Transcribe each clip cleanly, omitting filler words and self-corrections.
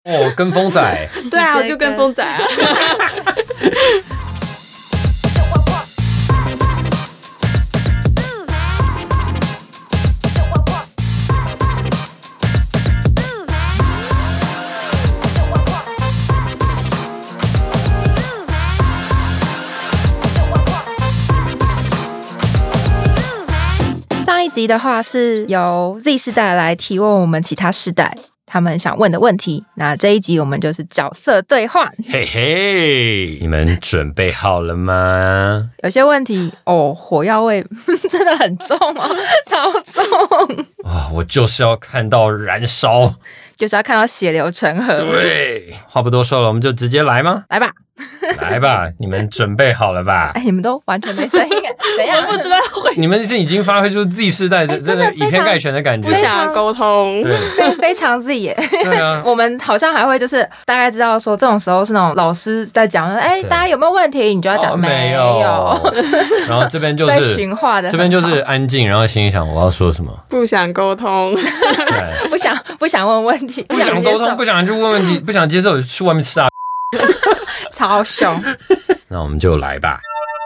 哦，跟风仔。 对啊，我就跟风仔啊。 上一集的话是由 Z 世代来提问我们其他世代他们想问的问题，那这一集我们就是角色兑换。 嘿嘿，你们准备好了吗？ 有些问题哦，火药味真的很重哦，超重啊！我就是要看到燃烧， 就是要看到血流成河。 对，话不多说了，我们就直接来吗？ 来吧。 来吧，你们准备好了吧？ 哎，你们都完全没声音，怎样？ 我不知道会。 你们是已经发挥出 Z 世代的真的以偏概全的感觉， 不想沟通， 对，非常 Z 耶。 对啊， 我们好像还会就是大概知道说，这种时候是那种老师在讲，哎，大家有没有问题？你就要讲没有。然后这边就是被驯化的， 这边就是安静，然后心里想我要说什么， 不想沟通， 不想问问题， 不想沟通，不想去问问题，不想接受，去外面吃大。 超凶。 那我们就来吧。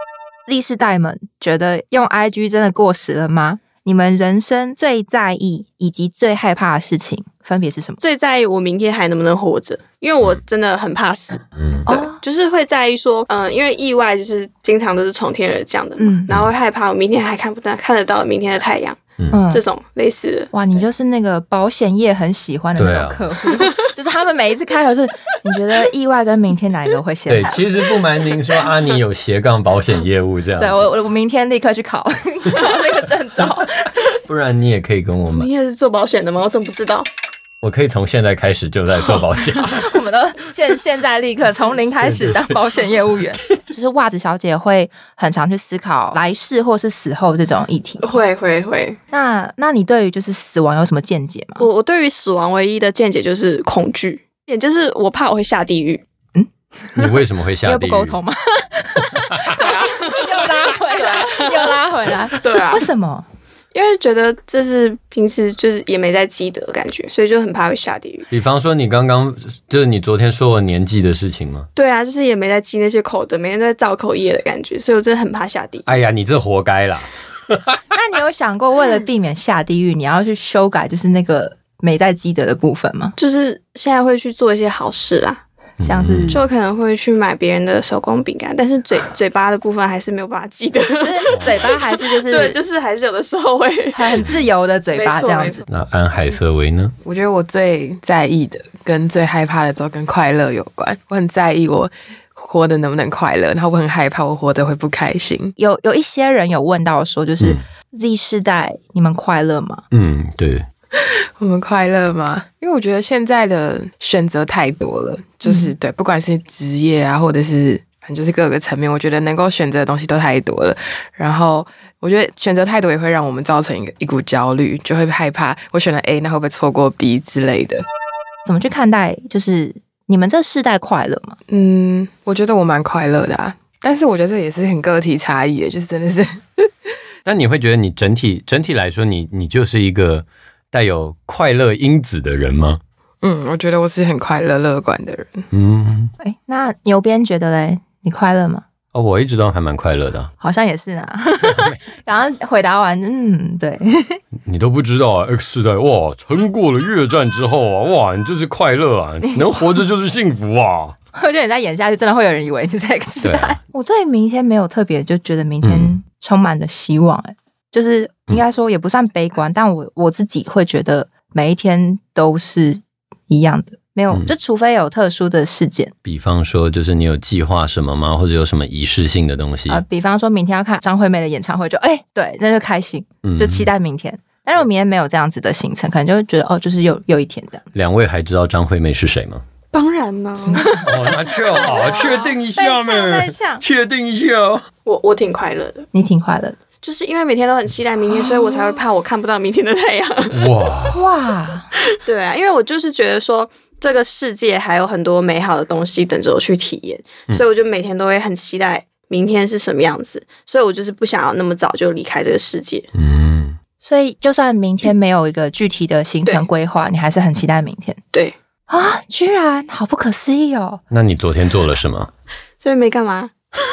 Z 世代们觉得用 IG 真的过时了吗？你们人生最在意以及最害怕的事情分别是什么？ 最在意我明天还能不能活着，因为我真的很怕死。对，就是会在意说，因为意外就是经常都是从天而降的嘛，然后会害怕我明天还看得到明天的太阳。这种类似的。 哇，你就是那个保险业很喜欢的那种客户，就是他们每一次开头是，你觉得意外跟明天哪一个会先来？ 对，其实不瞒您说，阿尼有斜杠保险业务这样。 对，我明天立刻去考那个证照。 不然你也可以跟我买。 你也是做保险的吗？我怎么不知道？ 我可以从现在开始就在做保险。 我们都现在立刻从零开始当保险业务员。就是袜子小姐会很常去思考来世或是死后这种议题。 会。 那你对于就是死亡有什么见解吗？ 我对于死亡唯一的见解就是恐惧，也就是我怕我会下地狱。 你为什么会下地狱？ 又不沟通吗？对啊，又拉回来。 对啊， 为什么？ 因为觉得这是平时就是也没在积德的感觉，所以就很怕会下地狱。 比方说你刚刚就是你昨天说我年纪的事情吗？ 对啊，就是也没在积那些口德，每天都在造口业的感觉，所以我真的很怕下地狱。 哎呀，你这活该啦！ 那你有想过为了避免下地狱，你要去修改就是那个没在积德的部分吗？ 就是现在会去做一些好事啦。 像是就可能会去买别人的手工饼干，但是嘴巴的部分还是没有办法记得， 就是嘴巴还是就是对，就是还是有的时候会很自由的嘴巴这样子。 那安海瑟薇呢？ 我觉得我最在意的跟最害怕的都跟快乐有关。我很在意我活得能不能快乐，然后我很害怕我活得会不开心。 有一些人有问到说，就是 Z 世代你们快乐吗？ 对。 我们快乐吗？因为我觉得现在的选择太多了，就是对，不管是职业啊，或者是反正就是各个层面，我觉得能够选择的东西都太多了。然后我觉得选择太多也会让我们造成一股焦虑，就会害怕我选了 A， 那会不会错过 B 之类的。 怎么去看待就是你们这世代快乐吗？ 我觉得我蛮快乐的啊，但是我觉得这也是很个体差异，就是真的是。 但你会觉得你整体来说，你就是一个带有快乐因子的人吗？ 我觉得我是很快乐乐观的人。 那牛鞭觉得嘞，你快乐吗？ 我一直都还蛮快乐的啊。 好像也是啊。刚刚回答完，对。 你都不知道啊 ，X 世代哇，撑过了越战之后啊，哇，你就是快乐啊，能活着就是幸福啊。 我觉得你再演下去，真的会有人以为你是 X 世代。我对明天没有特别就觉得明天充满了希望，就是应该说也不算悲观，但我自己会觉得每一天都是一样的，没有，就除非有特殊的事件。 比方说，就是你有计划什么吗？或者有什么仪式性的东西？ 比方说明天要看张惠妹的演唱会，就对，那就开心，就期待明天。但如果明天没有这样子的行程，可能就会觉得就是有一天这样子。 两位还知道张惠妹是谁吗？ 当然啦。 那就好，确定一下嘛，确定一下。 我挺快乐的。 你挺快乐的。 就是因为每天都很期待明天，所以我才会怕我看不到明天的太阳。 哇， 对啊，因为我就是觉得说这个世界还有很多美好的东西等着我去体验，所以我就每天都会很期待明天是什么样子，所以我就是不想要那么早就离开这个世界。 所以就算明天没有一个具体的行程规划，你还是很期待明天。 对， 啊，居然好不可思议哦！ 那你昨天做了什么？ 所以没干嘛。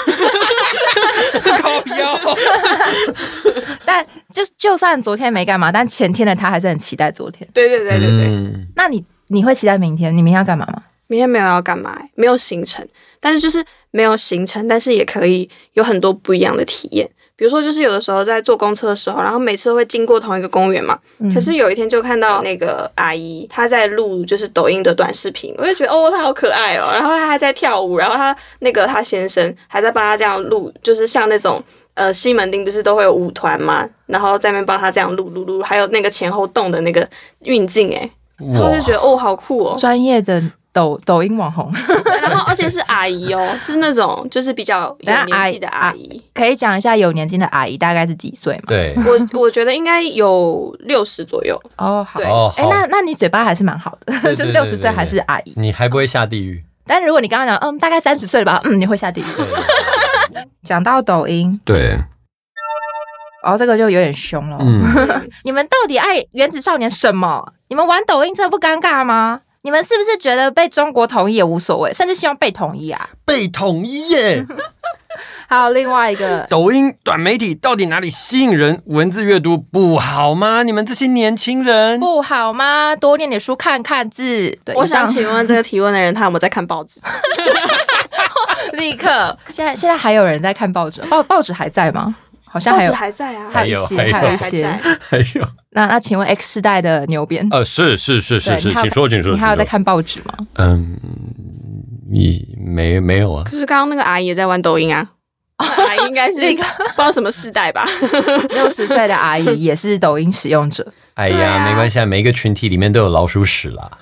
靠腰。 但就算昨天没干嘛，但前天的他还是很期待昨天。 对。 那你会期待明天？你明天要干嘛吗？ 明天没有要干嘛，没有行程，但是就是没有行程，但是也可以有很多不一样的体验。比如说，就是有的时候在坐公车的时候，然后每次都会经过同一个公园嘛。可是有一天就看到那个阿姨，她在录就是抖音的短视频，我就觉得她好可爱哦。然后她还在跳舞，然后她先生还在帮她这样录，就是像那种西门町不是都会有舞团嘛，然后在那边帮她这样录，还有那个前后动的那个运镜然后就觉得好酷哦， 专业的。抖音网红， 然后而且是阿姨哦，是那种就是比较有年纪的阿姨。 可以讲一下有年纪的阿姨大概是几岁吗？ 对， 我觉得应该有60左右。 哦，好。那你嘴巴还是蛮好的，就是60岁还是阿姨。 你还不会下地狱？ 但如果你刚刚讲大概30岁了吧，你会下地狱。讲到抖音， 对。 这个就有点凶了。你们到底爱原子少年什么？你们玩抖音真的不尴尬吗？你们是不是觉得被中国统一也无所谓，甚至希望被统一啊？ 被统一耶！ 还有另外一个， 抖音短媒体到底哪里吸引人？文字阅读不好吗？你们这些年轻人不好吗？多念点书，看看字。对， 我想请问这个提问的人，他有没有在看报纸？ 立刻，现在还有人在看报纸？报纸还在吗？好像还有， 报纸还在啊， 还有一些。那请问 X 世代的牛编？ 是，请说。 你还有在看报纸吗？ 你没有啊？ 可是刚刚那个阿姨也在玩抖音啊，阿姨应该是不知道什么世代吧 ？60岁的阿姨也是抖音使用者。 哎呀，没关系，每一个群体里面都有老鼠屎啦。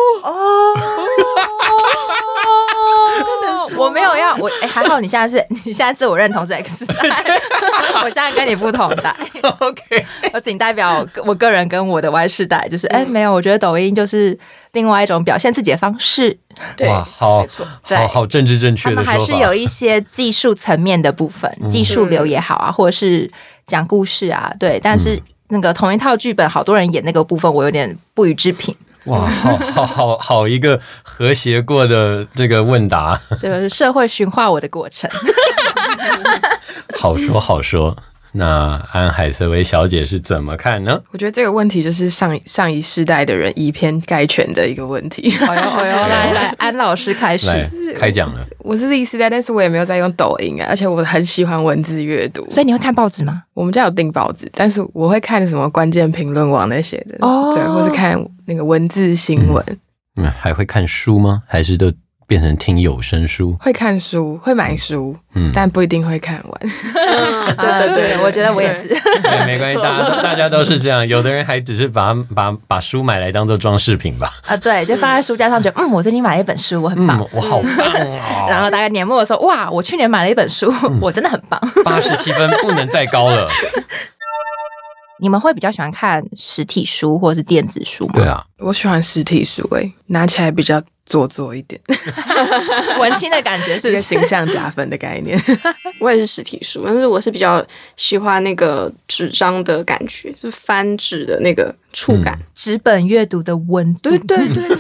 我没有要还好你现在自我认同是 X 世代，我现在跟你不同代。 OK， 我仅代表我个人跟我的 Y 世代，就是没有，我觉得抖音就是另外一种表现自己的方式。 哇，好政治正确的说法。 他们还是有一些技术层面的部分，技术流也好啊，或者是讲故事啊，对。但是那个同一套剧本，好多人演那个部分，我有点不予置评。 哇，好一个和谐过的这个问答， 这个是社会驯化我的过程。 好说。那安海瑟薇小姐是怎么看呢？ 我觉得这个问题就是上一世代的人以偏概全的一个问题。 来，安老师开始开讲了。 我是Z世代，但是我也没有在用抖音而且我很喜欢文字阅读。 所以你会看报纸吗？ 我们家有订报纸，但是我会看什么关键评论网那些的，对，或是看那个文字新闻。 还会看书吗？还是都变成听有声书？ 会看书，会买书，但不一定会看完。 对，我觉得我也是。 对，没关系，大家都是这样。有的人还只是把书买来当做装饰品吧。 对，就放在书架上，觉得我最近买了一本书，我很棒， 我好棒哦。 然后大概年末的时候，哇，我去年买了一本书，我真的很棒。 87分不能再高了。 你们会比较喜欢看实体书或是电子书吗？ 对啊， 我喜欢实体书，拿起来比较做作一点， 文青的感觉是一个形象加分的概念。 我也是实体书，但是我是比较喜欢那个纸张的感觉，就是翻纸的那个触感， 纸本阅读的温度。 对。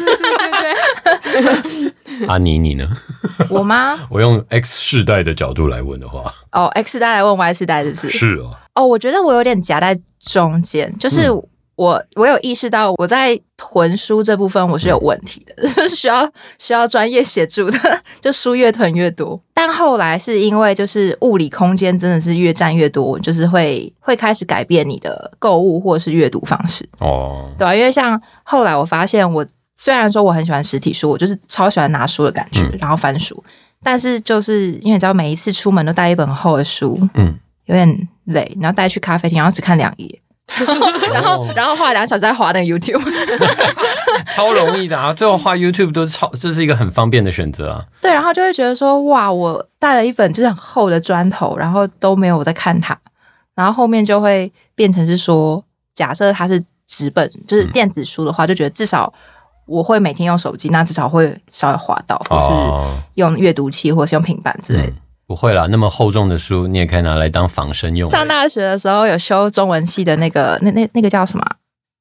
阿妮，你呢？ 我吗？ 我用 X 世代的角度来问的话 ，X 世代来问 Y 世代是不是？ 是我觉得我有点夹在中间，就是我有意识到我在囤书这部分我是有问题的，需要专业协助的，就书越囤越多。但后来是因为就是物理空间真的是越占越多，就是会开始改变你的购物或者是阅读方式对吧？因为像后来我发现虽然说我很喜欢实体书，我就是超喜欢拿书的感觉，然后翻书，但是就是因为你知道每一次出门都带一本很厚的书，有点累，然后带去咖啡厅，然后只看2页，然后花2小时在滑那个 YouTube， 超容易的啊！最后滑 YouTube 这是一个很方便的选择啊。 对，然后就会觉得说，哇，我带了一本就是很厚的砖头，然后都没有在看它，然后后面就会变成是说，假设它是纸本，就是电子书的话，就觉得至少我会每天用手机，那至少会稍微滑到，或是用阅读器，或是用平板之类的。 不会啦，那么厚重的书你也可以拿来当防身用。 上大学的时候有修中文系的那个叫什么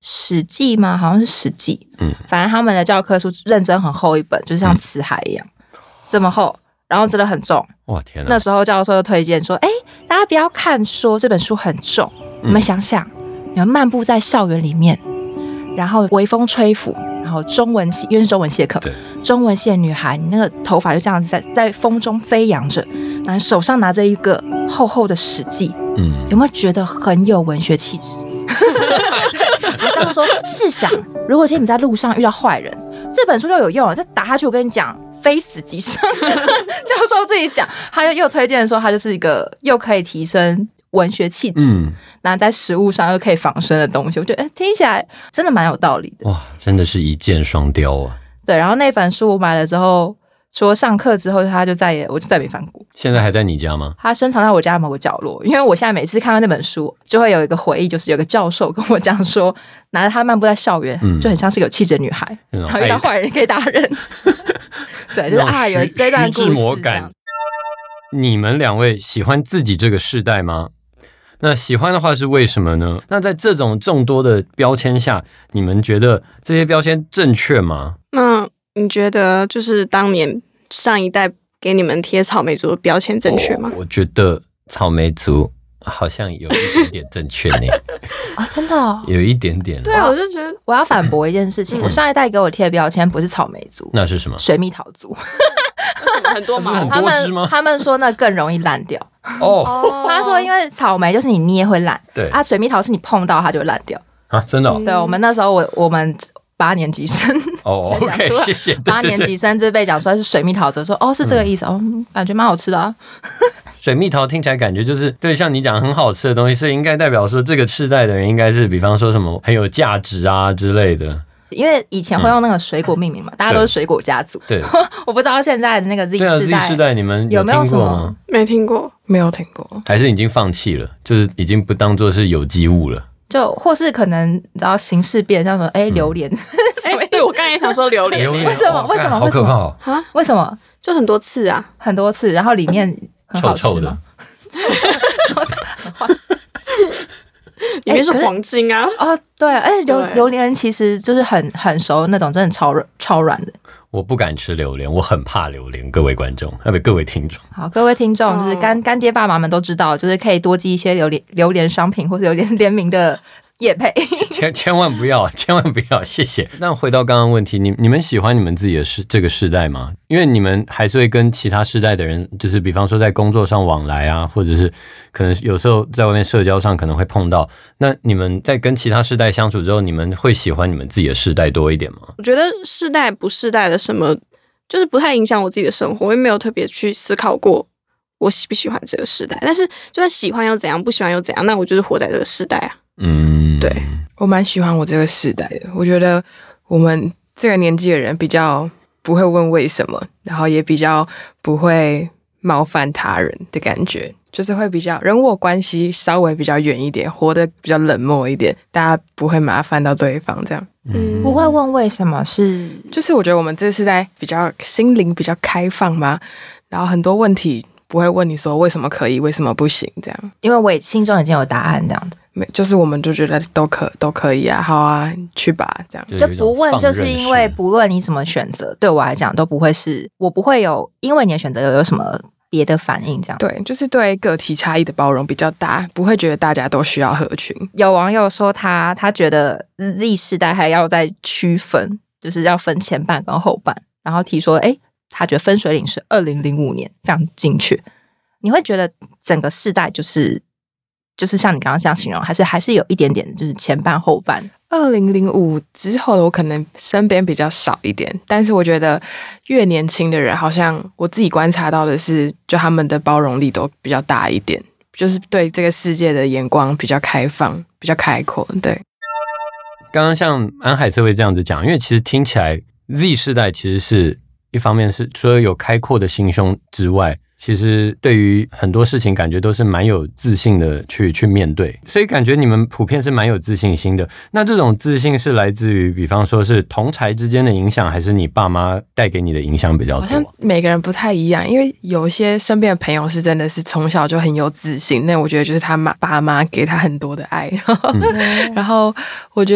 史记吗？好像是史记。反正他们的教科书认真很厚一本，就像辞海一样，这么厚，然后真的很重。 哇天哪！ 那时候教授就推荐说，大家不要看说这本书很重，你们想想，你们漫步在校园里面，然后微风吹拂，然后中文系，因为是中文系的课，中文系的女孩，你那个头发就这样子在风中飞扬着，然后手上拿着一个厚厚的史记，有没有觉得很有文学气质？然后教授说，试想，如果今天你在路上遇到坏人，这本书就有用了，再打下去，我跟你讲，非死即伤。教授自己讲，他又推荐说，它就是一个又可以提升文学气质，然后在食物上又可以防身的东西。我觉得听起来真的蛮有道理的。 哇，真的是一箭双雕啊！ 对，然后那本书我买了之后，除了上课之后，我就再没翻过。 现在还在你家吗？ 它深藏在我家某个角落，因为我现在每次看到那本书，就会有一个回忆，就是有个教授跟我讲说，拿着它漫步在校园，就很像是个有气质的女孩，然后遇到坏人也可以打人。对，就是有这段故事这样。 你们两位喜欢自己这个世代吗？那喜欢的话是为什么呢？那在这种众多的标签下，你们觉得这些标签正确吗？ 那你觉得就是当年上一代给你们贴草莓族的标签正确吗？ 我觉得草莓族好像有一点点正确呢。 啊，真的哦， 有一点点。 对啊，我就觉得我要反驳一件事情，我上一代给我贴的标签不是草莓族， 那是什么？ 水蜜桃族。 很多毛， 很多汁吗？ 他们说那更容易烂掉。 哦， 他说因为草莓就是你捏会烂， 对啊，水蜜桃是你碰到它就会烂掉啊，真的。 对，我们那时候我们8年级生哦 ，OK， 谢谢。 8年级生就被讲出来是水蜜桃，就说哦是这个意思哦，感觉蛮好吃的啊。 水蜜桃听起来感觉就是对，像你讲很好吃的东西，所以应该代表说这个世代的人应该是，比方说什么很有价值啊之类的。 因为以前会用那个水果命名嘛，大家都是水果家族。 对， 我不知道现在的那个 Z 世代，你们有没有听过吗？ 没听过， 没有听过， 还是已经放弃了，就是已经不当作是有机物了。 就或是可能你知道形式变，像什么榴莲， 对我刚才也想说榴莲， 为什么？ 好可怕哦！ 啊， 为什么？ 就很多刺啊， 很多刺，然后里面很好吃臭臭的， 里面是黄金啊！ 哦，对，榴莲其实就是很熟那种，真的超软的。 我不敢吃榴莲，我很怕榴莲。各位观众，各位听众， 好，各位听众，就是干爹爸妈们都知道，就是可以多寄一些榴莲商品或者榴莲联名的业配。 千万不要，千万不要，谢谢。那回到刚刚问题，你们喜欢你们自己的这个世代吗？因为你们还是会跟其他世代的人，就是比方说在工作上往来啊，或者是可能有时候在外面社交上可能会碰到。那你们在跟其他世代相处之后，你们会喜欢你们自己的世代多一点吗？ 我觉得世代不世代的什么，就是不太影响我自己的生活，我也没有特别去思考过我喜不喜欢这个世代。但是就算喜欢又怎样，不喜欢又怎样，那我就是活在这个世代啊。对， 我蛮喜欢我这个世代的。我觉得我们这个年纪的人比较不会问为什么，然后也比较不会冒犯他人的感觉，就是会比较人我关系稍微比较远一点，活得比较冷漠一点，大家不会麻烦到对方这样。 不会问为什么就是我觉得我们这个世代比较心灵比较开放嘛，然后很多问题不会问你说为什么可以为什么不行这样， 因为我心中已经有答案这样子。 就是我们就觉得都可以啊，好啊，去吧，这样就不问，就是因为不论你怎么选择，对我来讲都不会是，我不会有因为你的选择有什么别的反应，这样。 对，就是对个体差异的包容比较大，不会觉得大家都需要合群。 有网友说他觉得 Z 世代还要再区分，就是要分前半跟后半，然后提说，他觉得分水岭是2005年，非常精确。你会觉得整个世代就是像你刚刚这样形容，还是有一点点就是前半后半。 2005之后的我可能身边比较少一点，但是我觉得越年轻的人，好像我自己观察到的是，就他们的包容力都比较大一点，就是对这个世界的眼光比较开放，比较开阔。对， 刚刚像安海瑟薇这样子讲，因为其实听起来 Z 世代其实是一方面是除了有开阔的心胸之外，其实对于很多事情感觉都是蛮有自信的去面对，所以感觉你们普遍是蛮有自信心的。那这种自信是来自于比方说是同侪之间的影响，还是你爸妈带给你的影响比较多？ 好像每个人不太一样，因为有些身边的朋友是真的是从小就很有自信，那我觉得就是他爸妈给他很多的爱，然后我觉得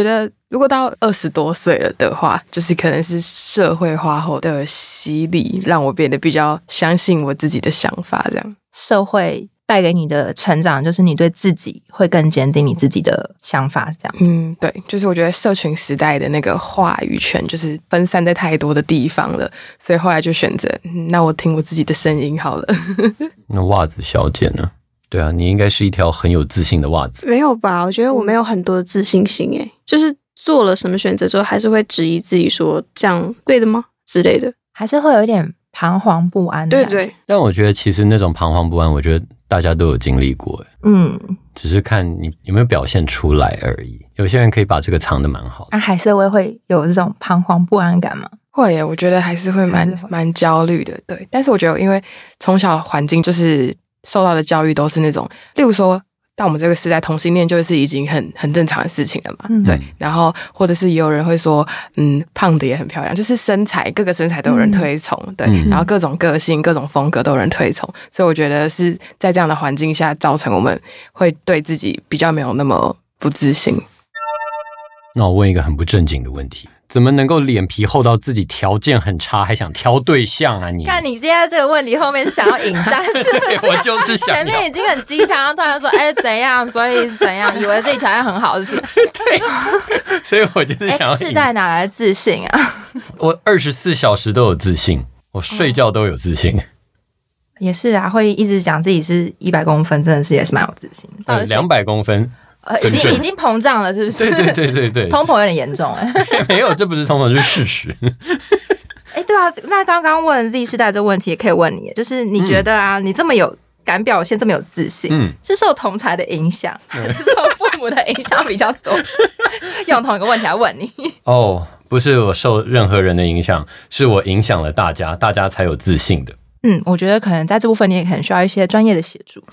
如果到20多岁了的话，就是可能是社会化后的洗礼，让我变得比较相信我自己的想法。这样， 社会带给你的成长，就是你对自己会更坚定你自己的想法，这样子。 对，就是我觉得社群时代的那个话语权就是分散在太多的地方了，所以后来就选择，那我听我自己的声音好了。 那袜子小姐呢？对啊，你应该是一条很有自信的袜子。 没有吧？我觉得我没有很多的自信心就是做了什么选择之后，还是会质疑自己说这样对的吗之类的， 还是会有一点彷徨不安的感觉。 对， 但我觉得其实那种彷徨不安，我觉得大家都有经历过，只是看你有没有表现出来而已。有些人可以把这个藏得蛮好的。 海瑟薇会有这种彷徨不安感吗？ 会耶，我觉得还是会蛮焦虑的，对。但是我觉得，因为从小环境就是受到的教育都是那种，例如说，到我们这个时代，同性恋就是已经很正常的事情了嘛，对。然后或者是也有人会说，胖的也很漂亮，就是各个身材都有人推崇，对。然后各种个性、各种风格都有人推崇，所以我觉得是在这样的环境下，造成我们会对自己比较没有那么不自信。 那我问一个很不正经的问题。怎么能够脸皮厚到自己条件很差还想挑对象啊你？ 看你现在这个问题后面是想要引战是不是？ 我就是想要。 前面已经很鸡汤，突然说怎样，所以怎样，以为自己条件很好，就是对，所以我就是想要。 世代哪来的自信啊？ 我24小时都有自信，我睡觉都有自信。 也是啊，会一直讲自己是100公分，真的是也是蛮有自信的。 200公分。 已经膨胀了，是不是？ 对， 通膨有点严重没有，这不是通膨，是事实。 对啊，那刚刚问 Z 世代这个问题，也可以问你，就是你觉得啊，你这么有敢表现，这么有自信，是受同侪的影响，还是受父母的影响比较多？用同一个问题来问你。 不是我受任何人的影响，是我影响了大家，大家才有自信的。 我觉得可能在这部分你也可能需要一些专业的协助。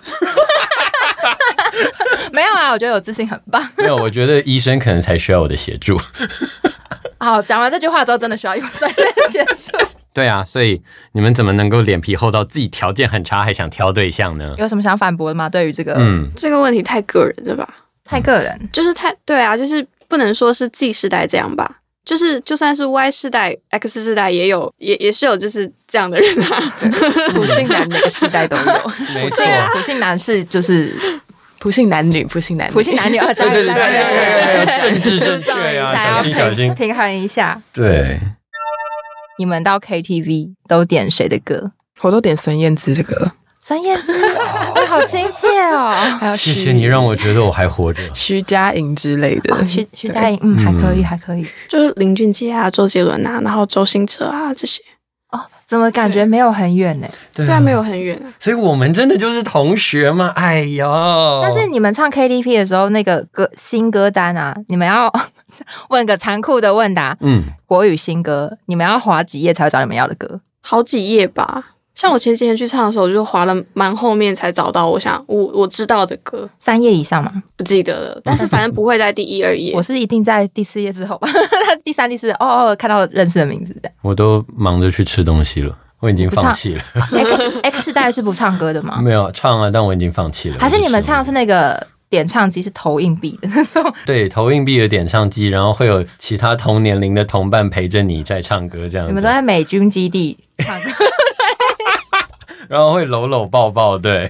没有啊，我觉得有自信很棒。 没有，我觉得医生可能才需要我的协助。 好，讲完这句话之后，真的需要有专业的协助。 对啊，所以你们怎么能够脸皮厚到自己条件很差还想挑对象呢？ 有什么想反驳的吗？对于这个， 这个问题太个人了吧？ 太个人， 就是对啊，就是不能说是 Z 世代这样吧。就是就算是 Y 世代、X 世代也是有就是这样的人啊。 普信男每个世代都有， 没错， 普信男是就是普信男女， 普信男女， 对，政治正确啊，小心， 平衡一下。 对， 你们到 KTV 都点谁的歌？ 我都点孙燕姿的歌。 孙燕姿，好亲切哦！ 还有谢谢你让我觉得我还活着。 徐佳莹之类的， 徐佳莹，还可以， 就是林俊杰啊、周杰伦啊，然后周兴哲啊这些。 怎么感觉没有很远呢？ 对啊，没有很远啊。 所以我们真的就是同学嘛，哎呦！ 但是你们唱 KTV 的时候，那个新歌单啊，你们要问个残酷的问答，国语新歌，你们要滑几页才会找你们要的歌？ 好几页吧。像我前几天去唱的时候，我就滑了蛮后面才找到我知道的歌 ，3页以上吗？ 不记得了，但是反正不会在第1、2页。 我是一定在第4页之后吧，第3、第4看到认识的名字的。 我都忙着去吃东西了，我已经放弃了。 X 世代是不唱歌的吗？ 没有唱啊，但我已经放弃了。 还是你们唱的是那个点唱机是投硬币的那种？ 对，投硬币的点唱机，然后会有其他同年龄的同伴陪着你在唱歌，这样子。 你们都在美军基地唱歌。 然后会搂搂抱抱，对。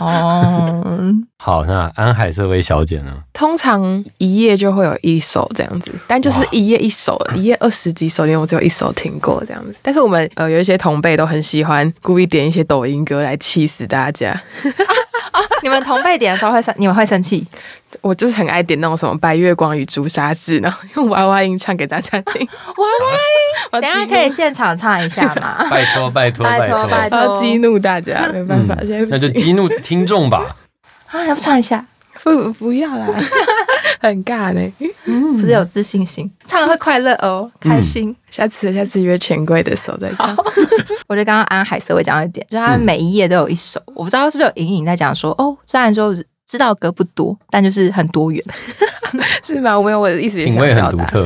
好，那安海瑟薇小姐呢？ 通常1页就会有1首这样子，但就是1页1首，1页20几首，连我只有1首听过这样子。但是我们有一些同辈都很喜欢故意点一些抖音歌来气死大家。 你们同辈点的时候你们会生气？ 我就是很爱点那种什么白月光与朱砂痣，然后用娃娃音唱给大家听。 娃娃音，等一下可以现场唱一下吗？ 拜托， 要激怒大家，没办法，现在不行。 那就激怒听众吧。 要不唱一下？ 不要啦，很尬呢。 不是有自信心，唱了会快乐哦，开心。 下次约钱柜的时候再唱。 我觉得刚刚安海瑟薇讲到一点，就是他每1页都有1首，我不知道是不是有隐隐在讲说，虽然说知道歌不多，但就是很多元， 是吗？我的意思也品味很独特。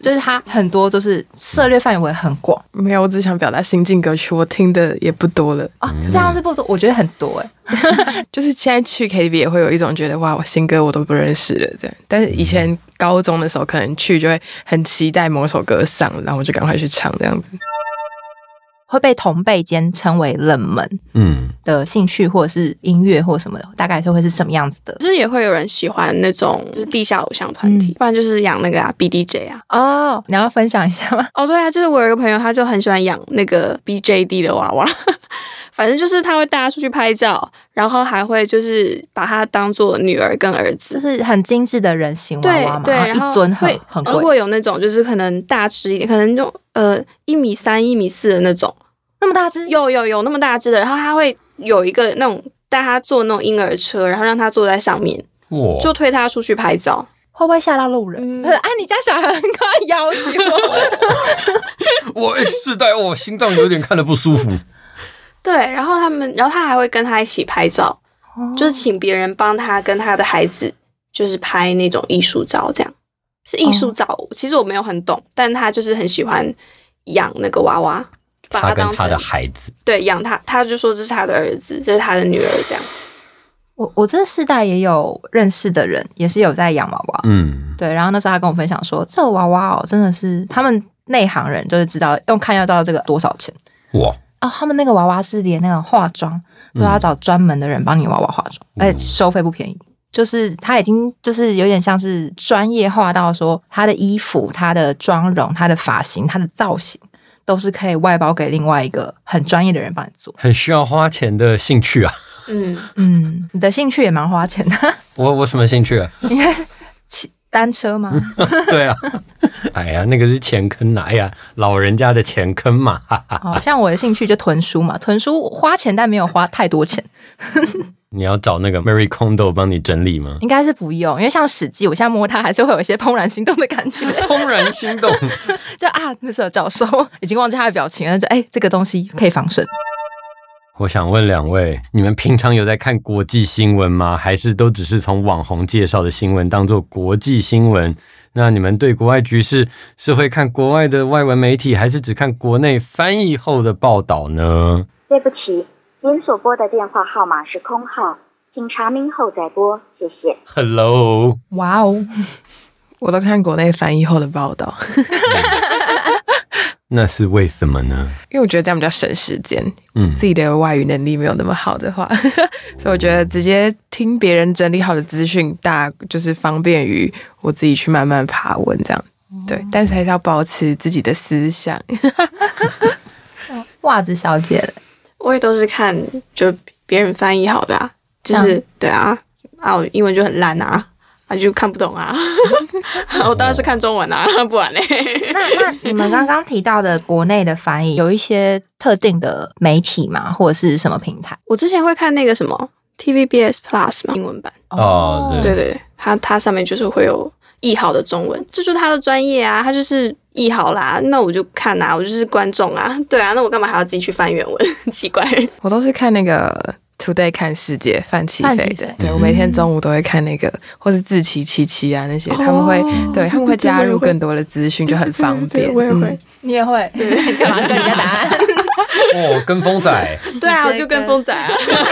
就是它很多就是涉猎范围很广。 没有，我只想表达新进歌曲，我听的也不多了啊。这样子不多，我觉得很多就是现在去 KTV 也会有一种觉得哇，我新歌我都不认识了这样。但是以前高中的时候，可能去就会很期待某首歌上，然后我就赶快去唱这样子。 会被同辈间称为冷门的兴趣或者是音乐或什么的，大概都会是什么样子的？ 就是也会有人喜欢那种就是地下偶像团体，不然就是养那个BDJ 啊。 哦，你要分享一下吗？ 哦，对啊，就是我有一个朋友，他就很喜欢养那个 BJD 的娃娃。反正就是他会带他出去拍照，然后还会就是把他当做女儿跟儿子， 就是很精致的人形娃娃嘛， 对， 然后一尊很贵。 如果有那种就是可能大只一点，可能就1.3米、1.4米的那种， 那么大只， 有那么大只的，然后他会有一个那种带他坐那种婴儿车，然后让他坐在上面，就推他出去拍照。 会不会吓到路人？你家小孩很快要求我 X 世代哦，心脏有点看得不舒服。 对，然后他还会跟他一起拍照，就是请别人帮他跟他的孩子，就是拍那种艺术照，这样是艺术照。其实我没有很懂，但他就是很喜欢养那个娃娃，把他当成他跟他的孩子， 对，养他就说这是他的儿子，这是他的女儿，这样。 我这世代也有认识的人，也是有在养娃娃，对。然后那时候他跟我分享说，这个娃娃哦，真的是他们内行人就是知道用看要知道这个多少钱哇。哦，他们那个娃娃是连那种化妆都要找专门的人帮你娃娃化妆，而且收费不便宜。就是他已经就是有点像是专业化到说，他的衣服、他的妆容、他的发型、他的造型，都是可以外包给另外一个很专业的人帮你做。 很需要花钱的兴趣啊。 你的兴趣也蛮花钱的。 我什么兴趣啊？ 应该是单车吗？ 对啊。哎呀，那个是钱坑啊！哎呀，老人家的钱坑嘛。 像我的兴趣就囤书嘛，囤书花钱但没有花太多钱。 你要找那个 Marie Kondo 帮你整理吗？ 应该是不用，因为像史记，我现在摸它还是会有一些怦然心动的感觉。 怦然心动， 就那时候教授已经忘记他的表情了，就这个东西可以防身。 我想问两位，你们平常有在看国际新闻吗？还是都只是从网红介绍的新闻当做国际新闻？那你们对国外局势是会看国外的外文媒体，还是只看国内翻译后的报道呢？ 对不起，您所拨的电话号码是空号，请查明后再拨，谢谢。 Hello， 哇哦， 我都看国内翻译后的报道。 那是为什么呢？ 因为我觉得这样比较省时间，自己的外语能力没有那么好的话，所以我觉得直接听别人整理好的资讯，就是方便于我自己去慢慢爬文这样。对，但是还是要保持自己的思想。 袜子小姐， 我也都是看就别人翻译好的啊，就是对啊，我英文就很烂啊。就看不懂啊。我当然是看中文啊，不然嘞。 那你们刚刚提到的国内的翻译，有一些特定的媒体吗？或者是什么平台？ 我之前会看那个什么 TVBS Plus 嘛，英文版。对，它上面就是会有译好的中文，这就是他的专业啊，他就是译好啦，那我就看啊，我就是观众啊，对啊，那我干嘛还要自己去翻原文？奇怪。 我都是看那个Today 看世界范琪斐的，对，我每天中午都会看那个，或是志祺七七啊那些，他们会加入更多的资讯，就很方便。 我也会， 你也会，你干嘛跟人家答案？ 跟风仔。 对啊，我就跟风仔啊。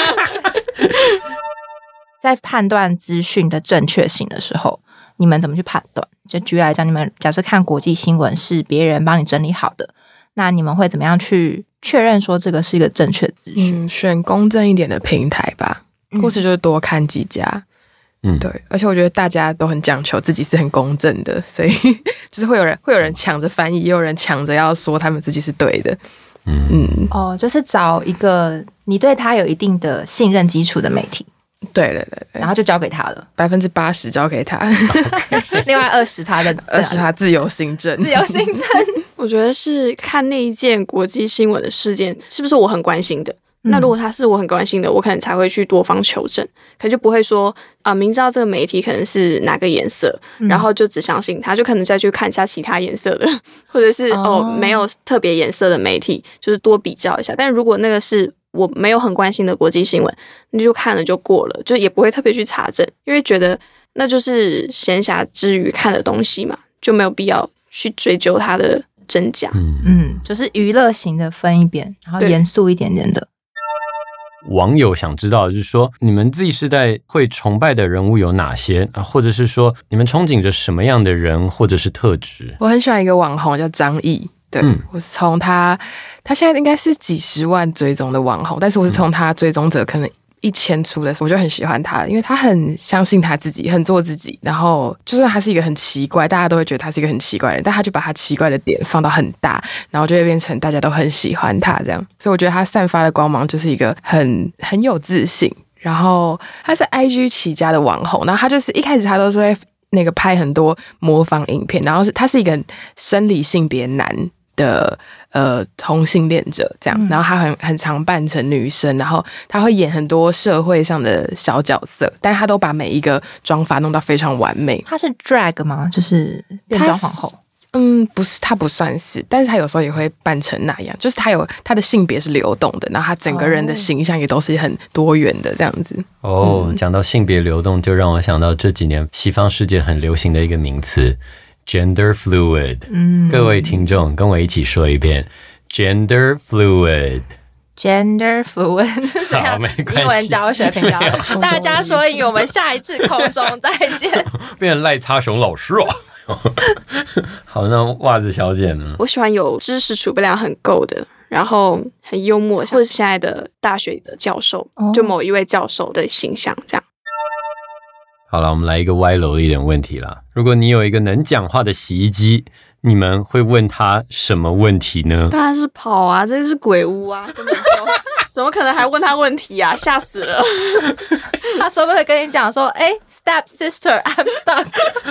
在判断资讯的正确性的时候，你们怎么去判断？就举例来讲，你们假设看国际新闻是别人帮你整理好的，那你们会怎么样去确认说这个是一个正确资讯？ 选公正一点的平台吧，或是就是多看几家。对，而且我觉得大家都很讲求自己是很公正的，所以就是会有人抢着翻译，也有人抢着要说他们自己是对的。 就是找一个你对他有一定的信任基础的媒体。 对， 然后就交给他了 ，80%交给他， 另外20% 自由行政。 我觉得是看那一件国际新闻的事件是不是我很关心的。那如果他是我很关心的，我可能才会去多方求证，可能就不会说明知道这个媒体可能是哪个颜色，然后就只相信他，就可能再去看一下其他颜色的，或者是没有特别颜色的媒体，就是多比较一下。但如果那个是我没有很关心的国际新闻，你就看了就过了，就也不会特别去查证，因为觉得那就是闲暇之余看的东西嘛，就没有必要去追究它的真假。 就是娱乐型的分一边，然后严肃一点点的。 网友想知道的就是说，你们 Z 世代会崇拜的人物有哪些，或者是说你们憧憬着什么样的人或者是特质？ 我很喜欢一个网红叫张毅，对，我是从他现在应该是几十万追踪的网红，但是我是从他追踪者可能1000出的时候，我就很喜欢他，因为他很相信他自己，很做自己，然后就算他是一个很奇怪，大家都会觉得他是一个很奇怪的人，但他就把他奇怪的点放到很大，然后就会变成大家都很喜欢他这样，所以我觉得他散发的光芒就是一个很有自信，然后他是 IG 起家的网红，然后他就是一开始他都是会那个拍很多模仿影片，然后他是一个生理性别男的同性恋者这样，然后他很常扮成女生，然后他会演很多社会上的小角色，但他都把每一个妆法弄到非常完美。 他是 drag 吗？就是变装皇后？ 不是，他不算是，但是他有时候也会扮成那样，就是他的性别是流动的，然后他整个人的形象也都是很多元的这样子。 讲到性别流动，就让我想到这几年西方世界很流行的一个名词。Gender fluid，各位听众跟我一起说一遍 Gender fluid。Gender fluid 好，没关系， 英文教学频道大家说英语，我们下一次空中再见。 变成赖擦熊老师哦。好，那袜子小姐呢？ 我喜欢有知识储备量很够的，然后很幽默，或者是现在的大学的教授，就某一位教授的形象这样。 好了，我们来一个歪楼的一点问题啦。如果你有一个能讲话的洗衣机，你们会问他什么问题呢？ 当然是跑啊，这个是鬼屋啊，根本就怎么可能还问他问题啊？吓死了！ 他说不会跟你讲说，step sister I'm stuck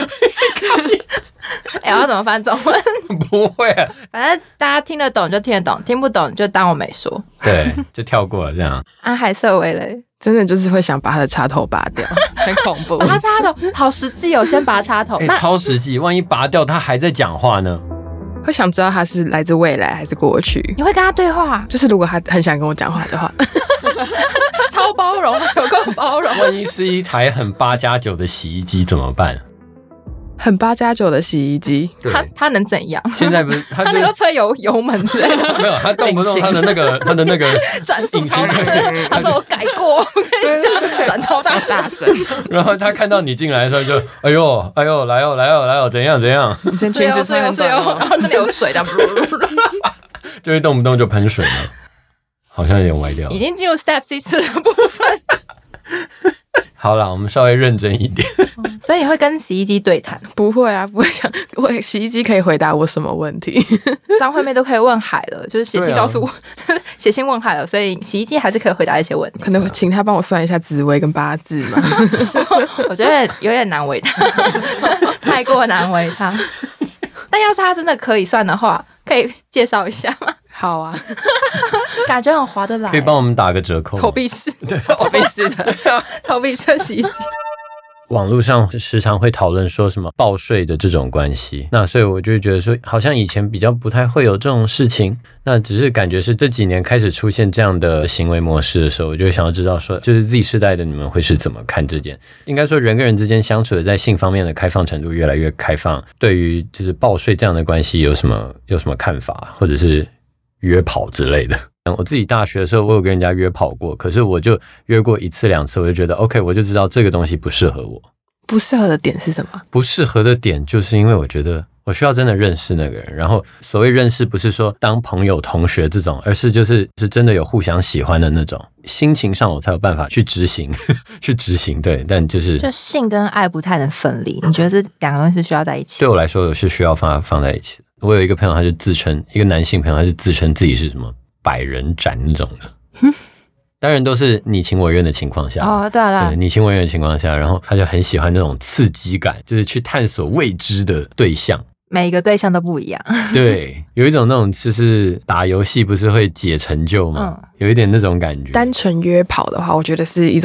我要怎么翻中文？ 不会啊， 反正大家听得懂就听得懂，听不懂就当我没说。 对，就跳过了这样。 安海瑟薇嘞， 真的就是会想把他的插头拔掉，很恐怖。 拔插头好实际哦，先拔插头， 超实际。万一拔掉他还在讲话呢？ 会想知道他是来自未来还是过去。 你会跟他对话？ 就是如果他很想跟我讲话的话。 超包容，有够包容。 万一是一台很8+9的洗衣机怎么办？ 很8+9的洗衣机， 他能怎样？ 现在不是他能够吹油门之类的， 没有，他动不动他的那个转速超大，他说我改过，我跟你讲，转超大声。 然后他看到你进来的时候就，哎呦，来哦，怎样？ 水哦，然后这里有水的， 就会动不动就喷水了，好像有点歪掉， 已经进入 step sister 的部分。 好啦，我们稍微认真一点。 所以你会跟洗衣机对谈？ 不会啊，不会想，洗衣机可以回答我什么问题？ 张惠妹都可以问海了，就是写信告诉我，写信问海了，所以洗衣机还是可以回答一些问题。 可能请他帮我算一下紫微跟八字嘛。 我觉得有点难为他，太过难为他。但要是他真的可以算的话，可以介绍一下吗？ 好啊， 感觉很划得来， 可以帮我们打个折扣。 投币式， 对，投币式的， 投币式洗衣机。 网络上时常会讨论说什么报税的这种关系，那所以我就觉得说，好像以前比较不太会有这种事情，那只是感觉是这几年开始出现这样的行为模式的时候，我就想要知道说，就是 Z 世代的你们会是怎么看这件？应该说人跟人之间相处的在性方面的开放程度越来越开放，对于就是报税这样的关系有什么看法，或者是约跑之类的？我自己大学的时候，我有跟人家约跑过，可是我就约过1次2次，我就觉得 OK， 我就知道这个东西不适合我。 不适合的点是什么？ 不适合的点就是因为我觉得我需要真的认识那个人，然后所谓认识不是说当朋友同学这种，而是就是真的有互相喜欢的那种，心情上我才有办法去执行去执行。对，但就性跟爱不太能分离，你觉得这两个东西是需要在一起？ 对我来说是需要放在一起的。我有一个朋友，他就自称一个男性朋友，他就自称自己是什么百人斩那种的。当然都是你情我愿的情况下对啊， 对，你情我愿的情况下，然后他就很喜欢那种刺激感，就是去探索未知的对象。 每一个对象都不一样。 对，有一种那种就是打游戏不是会解成就吗？有一点那种感觉。 单纯约跑的话，我觉得是一种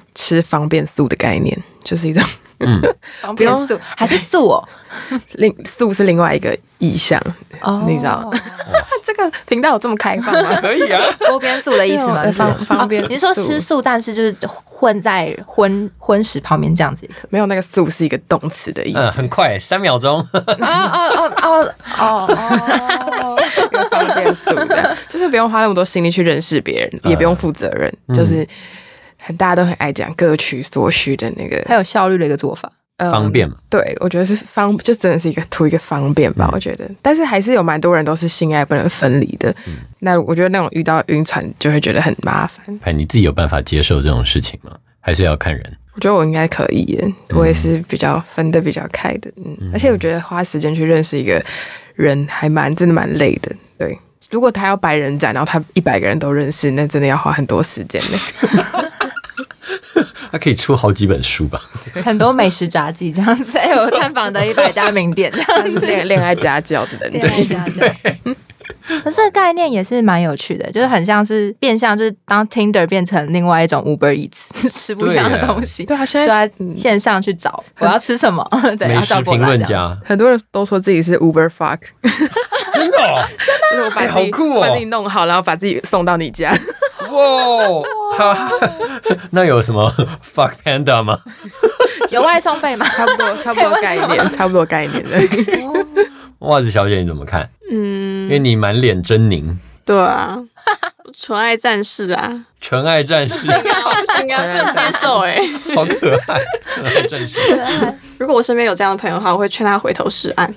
吃方便素的概念，就是一种方便素还是素哦？ 素是另外一个意象，你知道？这个频道有这么开放吗？ 可以啊， 多边素的意思吗？ 方便你是说吃素，但是就是混在荤食旁边这样子也可以？ 没有，那个素是一个动词的意思， 很快3秒钟。 方便素的，就是不用花那么多心力去认识别人，也不用负责任，就是大家都很爱讲各取所需的那个， 很有效率的一个做法。 方便嘛？ 对，我觉得是就真的是图一个方便吧，我觉得。但是还是有蛮多人都是性爱不能分离的。那我觉得那种遇到晕船就会觉得很麻烦。 你自己有办法接受这种事情吗？还是要看人？ 我觉得我应该可以耶，我也是比较分得比较开的。而且我觉得花时间去认识一个人还真的蛮累的。对，如果他要100人展，然后他100个人都认识，那真的要花很多时间呢。 他可以出好几本书吧？ 很多美食杂技这样子，还有探访的100家名店这样子， 恋爱家教的人， 恋爱家教。可是这个概念也是蛮有趣的，就是很像是变相，就是当 Tinder 变成另外一种 Uber Eats， 吃不一样的东西。 对啊，现在线上去找我要吃什么，对， 美食评论家， 很多人都说自己是 Uber fuck， 真的哦， 就是我把自己把自己弄好，然后把自己送到你家。 哇，那有什么 fuck panda 吗？ 有外送费吗？ 差不多概念，差不多概念的。 袜子小姐你怎么看？因为你满脸狰狞。 对啊，纯爱战士啊， 纯爱战士， 不行啊，不能接受好可爱，纯爱战士。 如果我身边有这样的朋友的话，我会劝他回头是岸。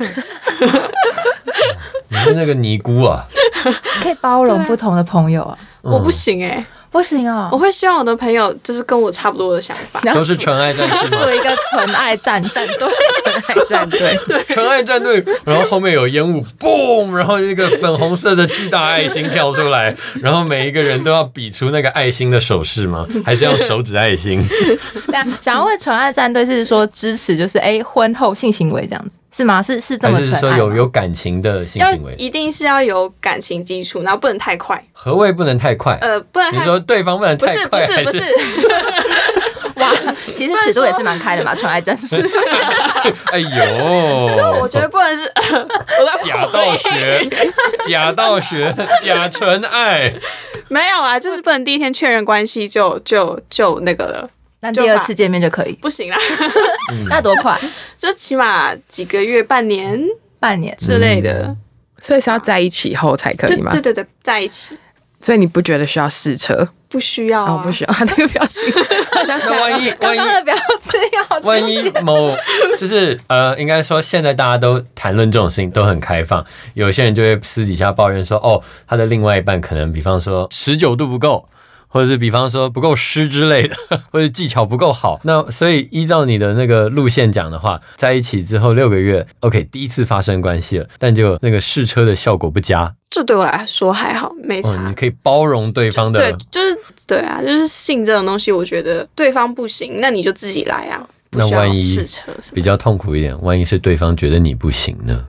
你是那个尼姑啊？ 可以包容不同的朋友啊。 我不行不行哦， 我会希望我的朋友就是跟我差不多的想法， 都是纯爱战士吗？ 做一个纯爱战队， 纯爱战队，然后后面有烟雾，boom，然后那个粉红色的巨大爱心跳出来，然后每一个人都要比出那个爱心的手势吗？还是用手指爱心？ 想要问纯爱战队是说支持就是婚后性行为这样子是吗？是这么纯爱吗？ 还是说有感情的性行为？ 一定是要有感情基础，然后不能太快。 何谓不能太快？ 不能太。 你说对方不能太快， 不是。 哇，其实尺度也是蛮开的嘛，纯爱战士。 哎呦， 就我觉得不能是假道学，假纯爱。 没有啊，就是不能第一天确认关系就那个了。 那第2次见面就可以？ 不行啦。 那多快？ 就起码几个月、半年之类的。 所以是要在一起后才可以吗？ 对，在一起。 所以你不觉得需要试车？ 不需要啊， 不需要。那个表情， 那万一刚刚的表情要万一就是应该说现在大家都谈论这种事情都很开放，有些人就会私底下抱怨说，他的另外一半可能比方说19度不够。或者是比方说不够湿之类的，或者技巧不够好，那所以依照你的那个路线讲的话，在一起之后6个月 ，OK， 第一次发生关系了，但就那个试车的效果不佳， 这对我来说还好，没差。 你可以包容对方的， 对，就是性这种东西，我觉得对方不行，那你就自己来啊，不需要试车。 比较痛苦一点，万一是对方觉得你不行呢？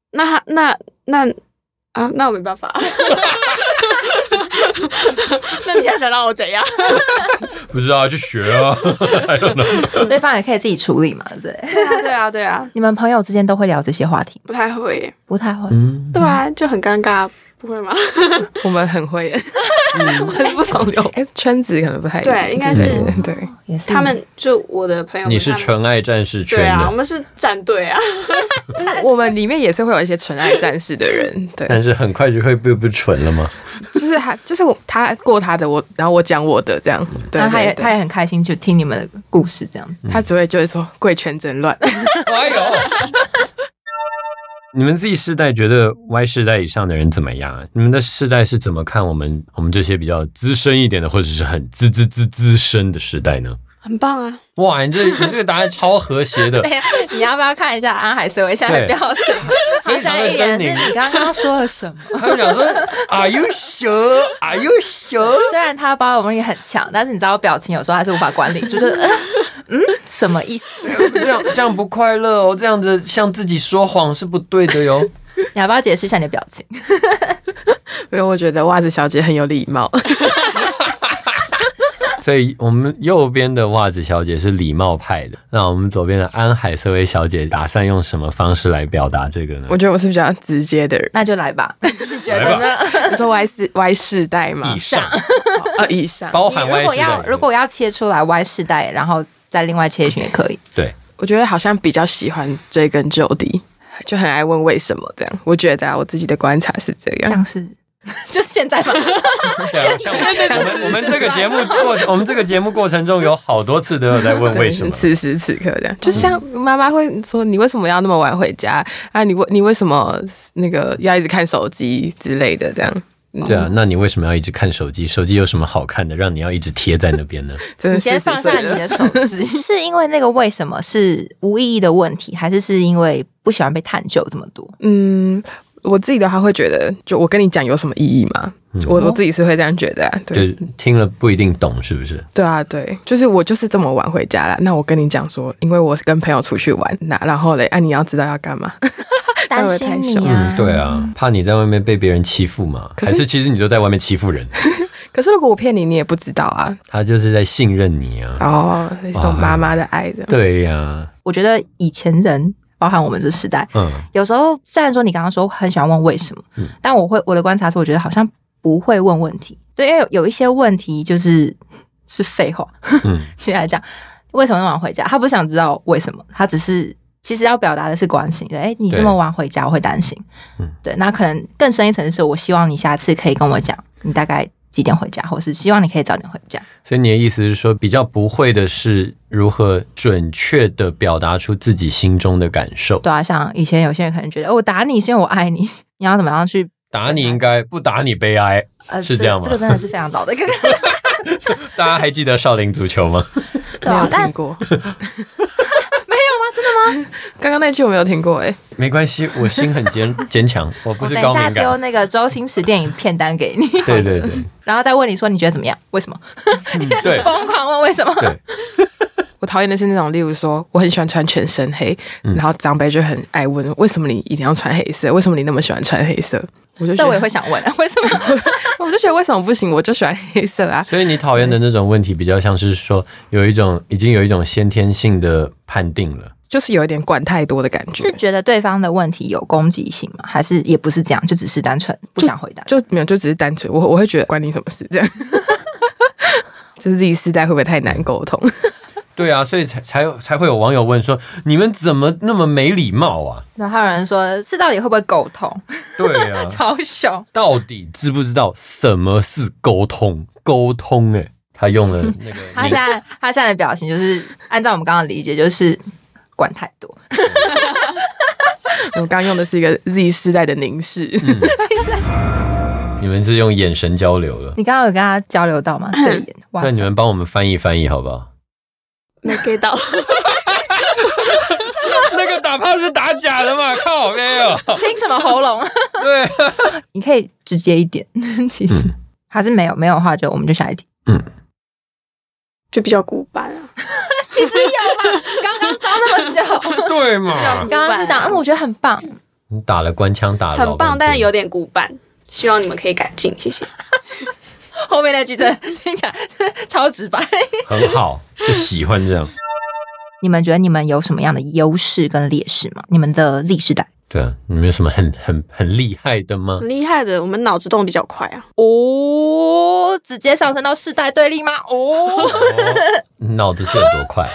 那我没办法。那你还想让我怎样？ 不知道，去学啊。 对方也可以自己处理嘛，对不对？ 对啊。 你们朋友之间都会聊这些话题？ 不太会。 对啊，就很尴尬，不会吗？ 我们很会，我们不同流，圈子可能不太一样。 对，应该是对， 也是。 他们就我的朋友， 你是纯爱战士圈的， 对啊，我们是战队啊。 我们里面也是会有一些纯爱战士的人，对。 但是很快就会不纯了吗？ 就是他过他的，然后我讲我的这样。对， 他也很开心，就听你们的故事这样子。 他只会就是说贵圈真乱。 哎呦！你们自己世代觉得 Y 世代以上的人怎么样啊？你们的世代是怎么看我们这些比较资深一点的，或者是很资深的世代呢？ 很棒啊！ 哇，你这个答案超和谐的。 你要不要看一下安海瑟薇现在的表情？ 非常的狰狞。 你刚刚说了什么？ 他就讲说 Are you sure? Are you sure? 虽然他包容力很强，但是你知道表情有时候还是无法管理，就是什么意思？ 这样不快乐哦，这样子向自己说谎是不对的哟。 你要不要解释一下你的表情？ 因为我觉得袜子小姐很有礼貌。 所以我们右边的袜子小姐是礼貌派的，那我们左边的安海瑟薇小姐打算用什么方式来表达这个呢？ 我觉得我是比较直接的人， 那就来吧。你觉得呢？ 你说 Y 世代吗？ 以上以上包含 Y 世代。 如果要切出来 Y 世代，然后再另外切一群也可以。 对， 我觉得好像比较喜欢追根究底，就很爱问为什么这样。我觉得我自己的观察是这样， 像是就是现在吗？ 像我们这个节目过程中有好多次都有在问为什么， 此时此刻这样，就像妈妈会说你为什么要那么晚回家啊？你为什么那个要一直看手机之类的这样。 对啊，那你为什么要一直看手机？手机有什么好看的，让你要一直贴在那边呢？ 你先放下你的手机，是因为那个为什么是无意义的问题，还是因为不喜欢被探究这么多？ 我自己的话会觉得，就我跟你讲有什么意义吗？我自己是会这样觉得啊，对， 就听了不一定懂，是不是？ 对啊，对，就是我就是这么晚回家啦。那我跟你讲说，因为我跟朋友出去玩，然后嘞，你要知道要干嘛？ 担心你啊， 对啊，怕你在外面被别人欺负嘛？还是其实你就在外面欺负人？ 可是如果我骗你，你也不知道啊。 他就是在信任你啊。 哦，那种妈妈的爱的。 对呀， 我觉得以前人，包含我们这时代，有时候虽然说你刚刚说很喜欢问为什么，但我的观察是，我觉得好像不会问问题。对，因为有一些问题是废话。现在来讲，为什么那么晚回家？他不想知道为什么，他只是。其实要表达的是关心，你这么晚回家，我会担心。对，那可能更深一层是，我希望你下次可以跟我讲，你大概几点回家，或是希望你可以早点回家。 所以你的意思是说，比较不会的是如何准确的表达出自己心中的感受。 对啊，像以前有些人可能觉得，我打你是因为我爱你，你要怎么样去打你？应该不打你悲哀，是这样吗？ 这个真的是非常老的。 大家还记得少林足球吗？ 没有听过。 真的吗？ 刚刚那句我没有听过没关系，我心很坚强，我不是高敏感。 等一下丢那个周星驰电影片单给你。 对对对， 然后再问你说你觉得怎么样？为什么？ 对， 疯狂问为什么？ 对。 我讨厌的是那种，例如说我很喜欢穿全身黑，然后长辈就很爱问为什么你一定要穿黑色？为什么你那么喜欢穿黑色？ 这我也会想问，为什么？ 我就觉得为什么不行？我就喜欢黑色啊。 所以你讨厌的那种问题，比较像是说已经有一种先天性的判定了， 就是有一点管太多的感觉。 是觉得对方的问题有攻击性吗？还是也不是这样，就只是单纯不想回答？ 就没有，就只是单纯我会觉得关你什么事这样。就是自己世代会不会太难沟通？ 对啊，所以才会有网友问说，你们怎么那么没礼貌啊？ 然后还有人说，是到底会不会沟通？ 对啊， 超凶。 到底知不知道什么是沟通？沟通他用了那个他现在的表情就是按照我们刚刚的理解，就是管太多。 我刚刚用的是一个 Z 世代的凝视。 你们是用眼神交流了？ 你刚刚有跟他交流到吗？对眼。 那你们帮我们翻译翻译好不好？ 没 get 到。 那个打炮是打假的嘛？靠，没有清什么喉咙？ 对， 你可以直接一点。其实还是没有的话，我们就下一题。 就比较古板啊。 其实有嘛，刚刚教那么久。 对嘛？ 刚刚是讲，我觉得很棒。 你打了官腔，打了很棒，但是有点古板，希望你们可以改进，谢谢。 后面那句真的听起来超直白。 很好，就喜欢这样。 你们觉得你们有什么样的优势跟劣势吗？你们的 Z 世代？ 对啊，你们有什么很厉害的吗？ 很厉害的，我们脑子动得比较快啊。 直接上升到世代对立吗？ 脑子是有多快？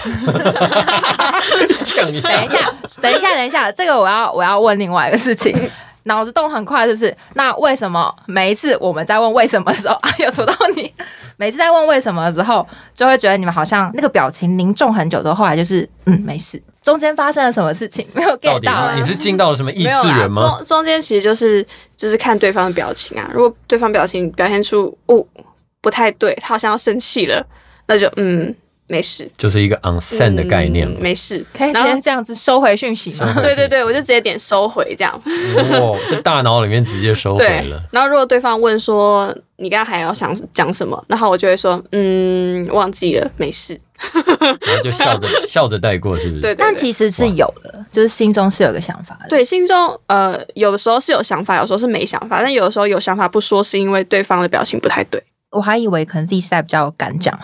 讲一下。 等一下，这个我要问另外一个事情。脑子动很快是不是？那为什么每一次我们在问为什么的时候，有戳到你？每次在问为什么的时候，就会觉得你们好像那个表情凝重很久，的后来就是没事。中间发生了什么事情没有 get 到？ 你是进到了什么异次元吗？ 中间其实就是看对方的表情啊。如果对方表情表现出不太对，他好像要生气了，那就没事， 就是一个 on send 的概念， 没事， 可以直接这样子收回讯息吗？ 对，我就直接点收回这样。 就大脑里面直接收回了。 然后如果对方问说你刚刚还要想讲什么，然后我就会说忘记了，没事。 然后就笑着带过，是不是？ 对。 但其实是有的，就是心中是有个想法的。 对，心中有的时候是有想法，有时候是没想法，但有的时候有想法不说，是因为对方的表情不太对。 我还以为可能 Z 世代比较敢讲话。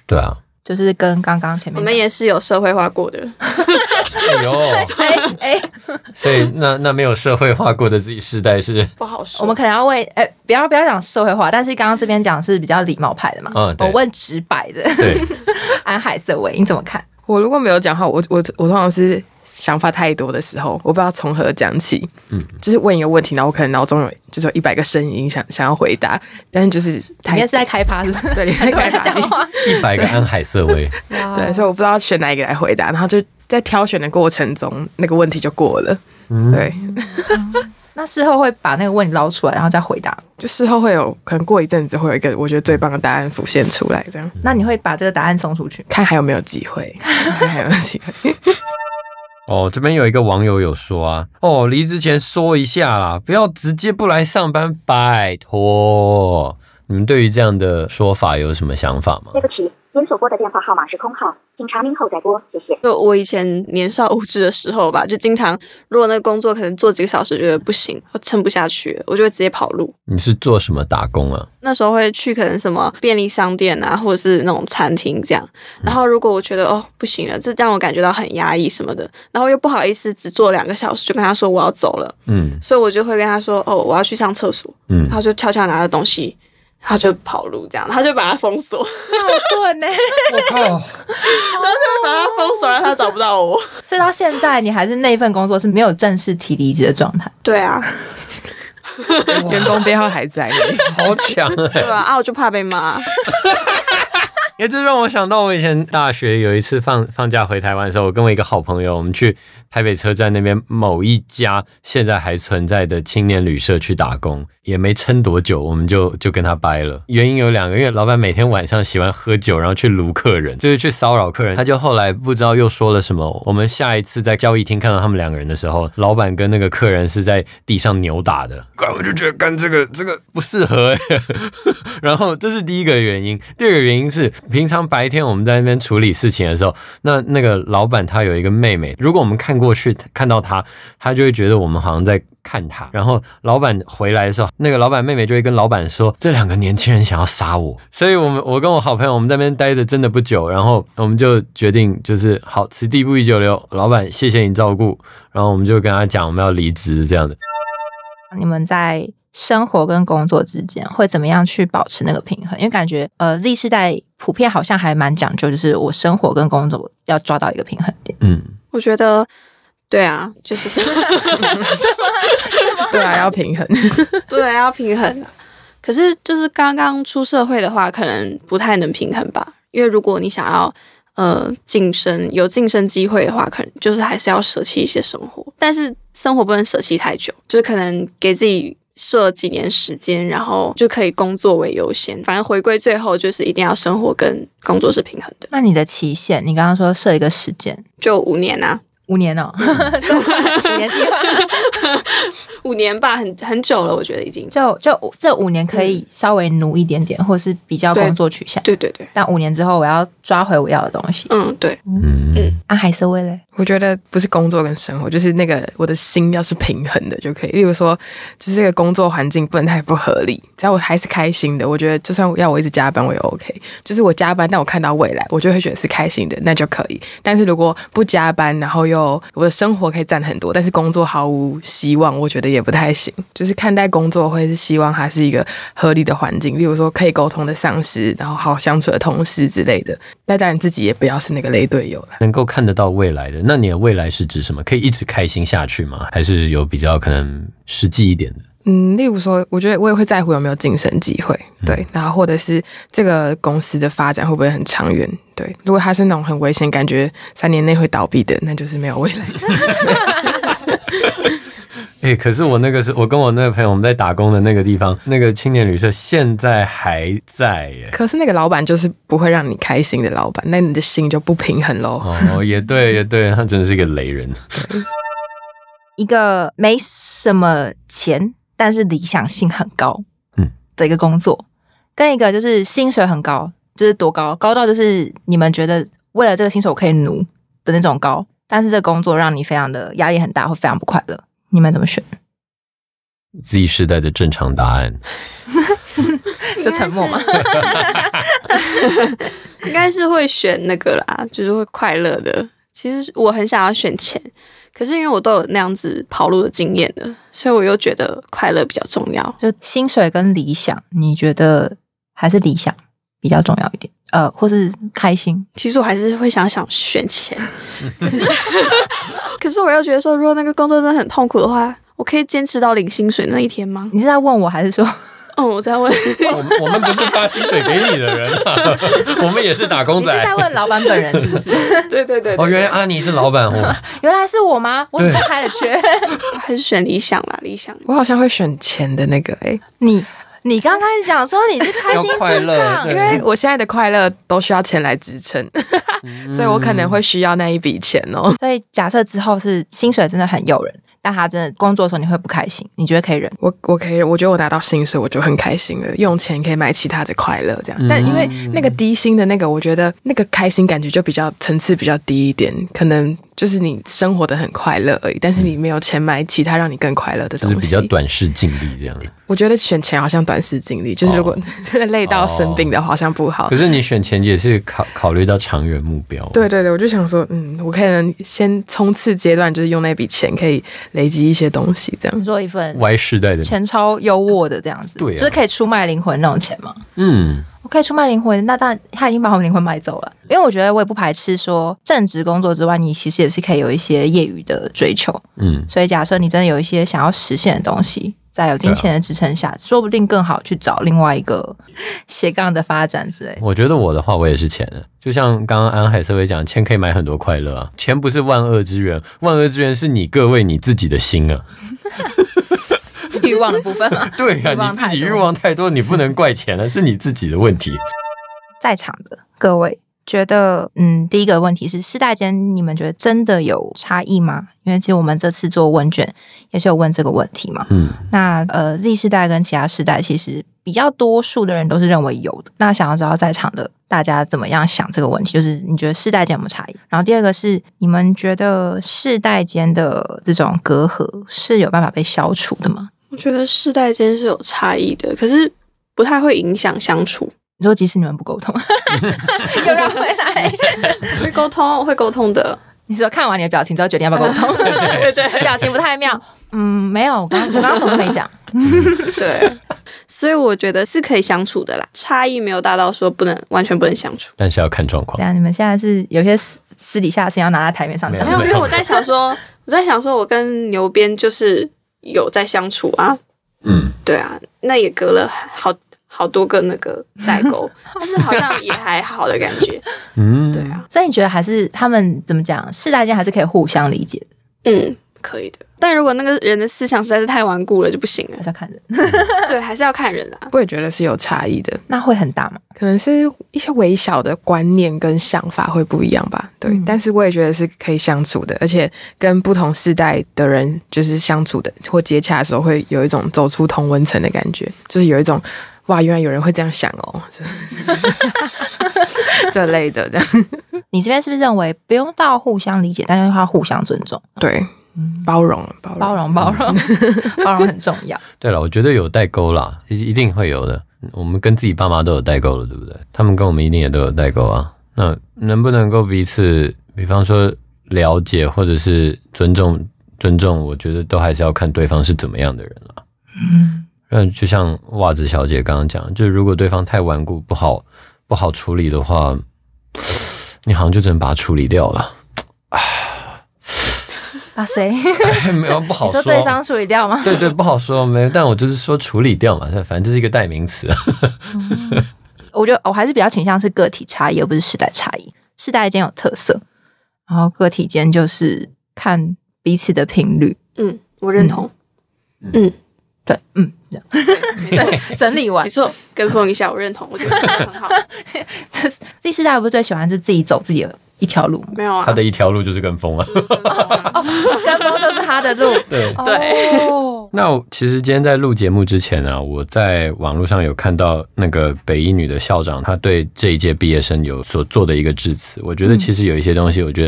对啊， 就是跟刚刚前面我们也是有社会化过的。 哎呦，所以那没有社会化过的 Z 世代是不好说。 我们可能要问，不要讲社会化，但是刚刚这边讲是比较礼貌派的嘛。我问直白的， 对， 安海瑟薇，你怎么看？ 我如果没有讲话，我通常是想法太多的时候，我不知道从何讲起。就是问一个问题，然后我可能脑中有100个声音想要回答，但是就是里面是在开发，是不是？ 对，在开发讲话 100个安海瑟薇。 对，所以我不知道选哪一个来回答，然后就在挑选的过程中，那个问题就过了。对。 那事后会把那个问题捞出来，然后再回答。 就事后会有可能过一阵子会有一个我觉得最棒的答案浮现出来，这样。 那你会把这个答案送出去， 看还有没有机会？看还有没有机会？ 哦，这边有一个网友有说啊，离职前说一下啦，不要直接不来上班，拜托。你们对于这样的说法有什么想法吗？ 对不起，您所拨的电话号码是空号，请查明后再拨，谢谢。 就我以前年少无知的时候吧，就经常如果那个工作可能做几个小时觉得不行，我撑不下去，我就会直接跑路。 你是做什么打工啊？ 那时候会去可能什么便利商店啊，或者是那种餐厅这样。然后如果我觉得不行了，这让我感觉到很压抑什么的，然后又不好意思只做2个小时就跟他说我要走了，所以我就会跟他说我要去上厕所，然后就悄悄拿着东西。他就跑路，这样，他就把他封锁。 好钝呢！ 我靠！然后就把他封锁，让他找不到我。 所以到现在，你还是那份工作是没有正式提离职的状态。 对啊， 员工编号还在， 好强对啊，我就怕被骂。 也这让我想到，我以前大学有一次放假回台湾的时候，我跟我一个好朋友，我们去台北车站那边某一家现在还存在的青年旅社去打工，也没撑多久，我们就跟他掰了。原因有2个，因为老板每天晚上喜欢喝酒，然后去撸客人，就是去骚扰客人。他就后来不知道又说了什么，我们下一次在交易厅看到他们2个人的时候，老板跟那个客人是在地上扭打的。我就觉得干这个不适合然后这是第一个原因，第二个原因是平常白天我们在那边处理事情的时候，那个老板他有一个妹妹，如果我们看过去看到他就会觉得我们好像在看他，然后老板回来的时候，那个老板妹妹就会跟老板说，这2个年轻人想要杀我。所以我跟我好朋友我们在那边待的真的不久，然后我们就决定就是好，此地不宜久留，老板谢谢你照顾，然后我们就跟他讲我们要离职这样的。 你们在生活跟工作之间会怎么样去保持那个平衡？因为感觉Z 世代普遍好像还蛮讲究，就是我生活跟工作要抓到一个平衡点。 我觉得对啊，就是什么对啊，要平衡。 对，要平衡。可是就是刚刚出社会的话，可能不太能平衡吧，因为如果你想要有晋升机会的话，可能就是还是要舍弃一些生活，但是生活不能舍弃太久，就是可能给自己设几年时间，然后就可以工作为优先，反正回归最后就是一定要生活跟工作是平衡的。 那你的期限，你刚刚说设一个时间， 就5年啊。 5年哦，5年计划 ，5年吧，很久了，我觉得已经。 就这5年可以稍微努一点点，或是比较工作取向。 对。 但5年之后，我要抓回我要的东西。 对。 安海瑟薇嘞？ 我觉得不是工作跟生活，就是那个我的心要是平衡的就可以。例如说，就是这个工作环境不能太不合理，只要我还是开心的，我觉得就算要我一直加班我也 OK。就是我加班，但我看到未来，我就会觉得是开心的，那就可以。但是如果不加班，然后我的生活可以占很多，但是工作毫无希望，我觉得也不太行。就是看待工作会是希望它是一个合理的环境，例如说可以沟通的上司，然后好相处的同事之类的。但当然自己也不要是那个雷队友了。 能够看得到未来的，那你的未来是指什么？可以一直开心下去吗？还是有比较可能实际一点的？ 例如说，我觉得我也会在乎有没有晋升机会，对，然后或者是这个公司的发展会不会很长远，对。如果它是那种很危险，感觉3年内会倒闭的，那就是没有未来的。 可是我跟我那个朋友我们在打工的那个地方，那个青年旅社现在还在耶。 可是那个老板就是不会让你开心的老板，那你的心就不平衡咯。 也对，他真的是一个雷人。 一个没什么钱，但是理想性很高的一个工作，跟一个就是薪水很高，就是多高到就是你们觉得为了这个薪水我可以奴的那种高，但是这个工作让你非常的压力很大，会非常不快乐，你们怎么选 ？Z 世代的正常答案就沉默嘛。 应该是会选那个啦，就是会快乐的。其实我很想要选钱，可是因为我都有那样子跑路的经验了，所以我又觉得快乐比较重要。 就薪水跟理想，你觉得还是理想比较重要一点？或是开心？ 其实我还是会想选钱，可是我又觉得说，如果那个工作真的很痛苦的话，我可以坚持到领薪水那一天吗？ 你是在问我还是说？ 我在问我们不是发薪水给你的人啊，我们也是打工仔。 你是在问老板本人是不是？ 对。 原来阿妮是老板哦。 原来是我吗？我怎么开了缺？ 还是选理想啦，理想。 我好像会选钱的那个你刚开始讲说你是开心至上， 因为我现在的快乐都需要钱来支撑，所以我可能会需要那一笔钱哦。 所以假设之后是薪水真的很诱人，但他真的工作的时候你会不开心，你觉得可以忍？ 我可以忍，我觉得我拿到薪水我就很开心了，用钱可以买其他的快乐这样。但因为那个低薪的那个，我觉得那个开心感觉就比较层次比较低一点，可能就是你生活的很快乐而已，但是你没有钱买其他让你考虑的东西， 就是比较短视近利这样。 我觉得选钱好像短视近利，就是如果真的累到生病的话，好像不好。 可是你选钱也是考虑到长远目标。 对，我就想说，我可能先冲刺阶段，就是用那笔钱可以累积一些东西，这样。 你说一份 Y 世代的钱超优渥的这样子， 对啊， 就是可以出卖灵魂那种钱吗？我可以出卖灵魂，那当然他已经把我们灵魂买走了。因为我觉得我也不排斥说正职工作之外，你其实也是可以有一些业余的追求。所以假设你真的有一些想要实现的东西，在有金钱的支撑下，说不定更好去找另外一个斜杠的发展之类的。 我觉得我的话，我也是钱的。就像刚刚安海社会讲，钱可以买很多快乐啊，钱不是万恶之源，万恶之源是你各位你自己的心啊。 欲望的部分嘛， 对啊，你自己欲望太多，你不能怪钱了，是你自己的问题。 在场的各位觉得，第一个问题是世代间，你们觉得真的有差异吗？因为其实我们这次做问卷也是有问这个问题嘛。那Z 世代跟其他世代，其实比较多数的人都是认为有的。那想要知道在场的大家怎么样想这个问题，就是你觉得世代间有没有差异？然后第二个是，你们觉得世代间的这种隔阂是有办法被消除的吗？ 我觉得世代间是有差异的，可是不太会影响相处。 你说即使你们不沟通，又让回来， 会沟通的。 你说看完你的表情之后决定要不要沟通？对，表情不太妙。没有，我刚刚什么都没讲。 对，所以我觉得是可以相处的啦，差异没有大到说完全不能相处， 但是要看状况。 对啊，你们现在是有些私底下的事情要拿在台面上讲。 没有，我在想说，我跟牛鞭就是有在相处啊。对啊，那也隔了好多个那个代沟，但是好像也还好的感觉。对啊， 所以你觉得还是他们怎么讲，世代间还是可以互相理解的？可以的。但如果那个人的思想实在是太顽固了，就不行了。 还是要看人。 对，还是要看人啦。 我也觉得是有差异的。 那会很大吗？ 可能是一些微小的观念跟想法会不一样吧。对，但是我也觉得是可以相处的，而且跟不同世代的人就是相处的或接洽的时候，会有一种走出同温层的感觉，就是有一种哇，原来有人会这样想哦，这类的这样。 你这边是不是认为不用到互相理解，但是要互相尊重？ 对，包容很重要。 对了，我觉得有代沟啦，一定会有的。我们跟自己爸妈都有代沟了，对不对？他们跟我们一定也都有代沟啊。那能不能够彼此，比方说了解或者是尊重，我觉得都还是要看对方是怎么样的人啦。就像袜子小姐刚刚讲，就如果对方太顽固不好处理的话，你好像就只能把它处理掉了。 把谁？ 没有不好说。 你说对方处理掉吗？ 对，不好说，没有。但我就是说处理掉嘛，反正这是一个代名词。 我觉得我还是比较倾向是个体差异，而不是世代差异。世代间有特色，然后个体间就是看彼此的频率。 我认同。 对，这样对，整理完， 没错，跟风一下，我认同，我觉得很好。 这世代不是最喜欢是自己走自己的一条路吗？ 没有啊， 他的一条路就是跟风啊。 跟风就是他的路。 对。那其实今天在录节目之前啊，我在网络上有看到那个北一女的校长，他对这一届毕业生有所做的一个致辞。我觉得其实有一些东西，我觉得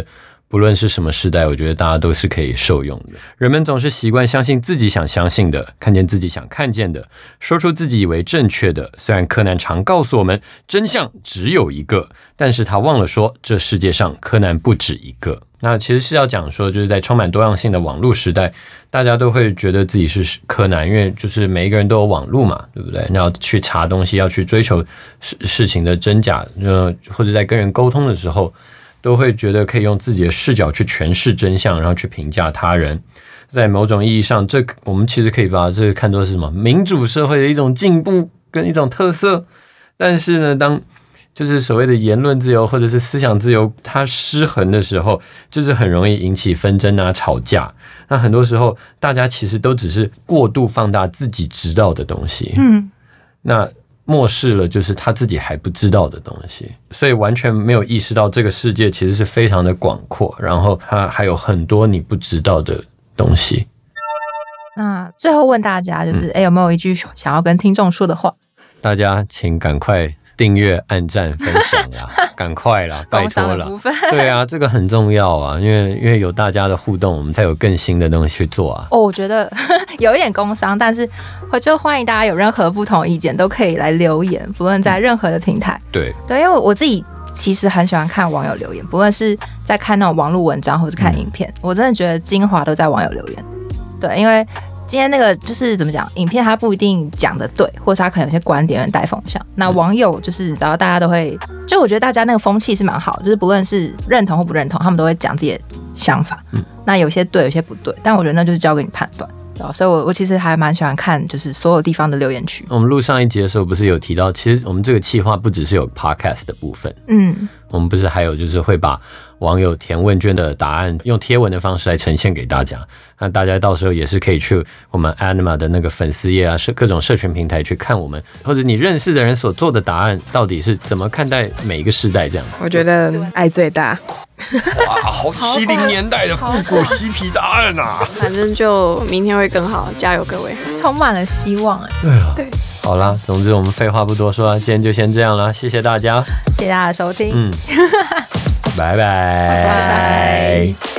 不论是什么时代，我觉得大家都是可以受用的。人们总是习惯相信自己想相信的，看见自己想看见的，说出自己以为正确的。虽然柯南常告诉我们真相只有一个，但是他忘了说这世界上柯南不止一个。那其实是要讲说，就是在充满多样性的网络时代，大家都会觉得自己是柯南，因为就是每一个人都有网络嘛，对不对？要去查东西，要去追求事情的真假，或者在跟人沟通的时候，都会觉得可以用自己的视角去诠释真相，然后去评价他人。在某种意义上，我们其实可以把这个看作是什么？民主社会的一种进步跟一种特色。但是呢，当就是所谓的言论自由或者是思想自由它失衡的时候，就是很容易引起纷争啊、吵架。那很多时候大家其实都只是过度放大自己知道的东西，那漠视了就是他自己还不知道的东西，所以完全没有意识到这个世界其实是非常的广阔，然后它还有很多你不知道的东西。 那最后问大家就是有没有一句想要跟听众说的话？ 大家请赶快订阅、按赞、分享啦，赶快啦，拜托啦！对啊，这个很重要啊，因为有大家的互动，我们才有更新的东西去做啊。 我觉得有一点工商，但是我就欢迎大家有任何不同意见都可以来留言，不论在任何的平台。 对， 因为我自己其实很喜欢看网友留言，不论是在看那种网络文章或是看影片，我真的觉得精华都在网友留言。对，因为今天那个就是怎么讲，影片它不一定讲的对，或者他可能有些观点有点带风向。那网友就是只要大家都会，就我觉得大家那个风气是蛮好，就是不论是认同或不认同，他们都会讲自己的想法。那有些对，有些不对，但我觉得那就是交给你判断。所以我其实还蛮喜欢看就是所有地方的留言区。 我们录上一集的时候不是有提到，其实我们这个企划不只是有 podcast 的部分，我们不是还有就是会把网友填问卷的答案用贴文的方式来呈现给大家，那大家到时候也是可以去我们 Anima 的那个粉丝页啊，各种社群平台去看我们或者你认识的人所做的答案到底是怎么看待每一个世代这样。 我觉得爱最大。 哇，好70年代的复古嬉皮答案啊！ 反正就明天会更好，加油各位！ 充满了希望哎。 对啊，对。好啦，总之我们废话不多说，今天就先这样啦，谢谢大家， 谢谢大家的收听， 拜拜。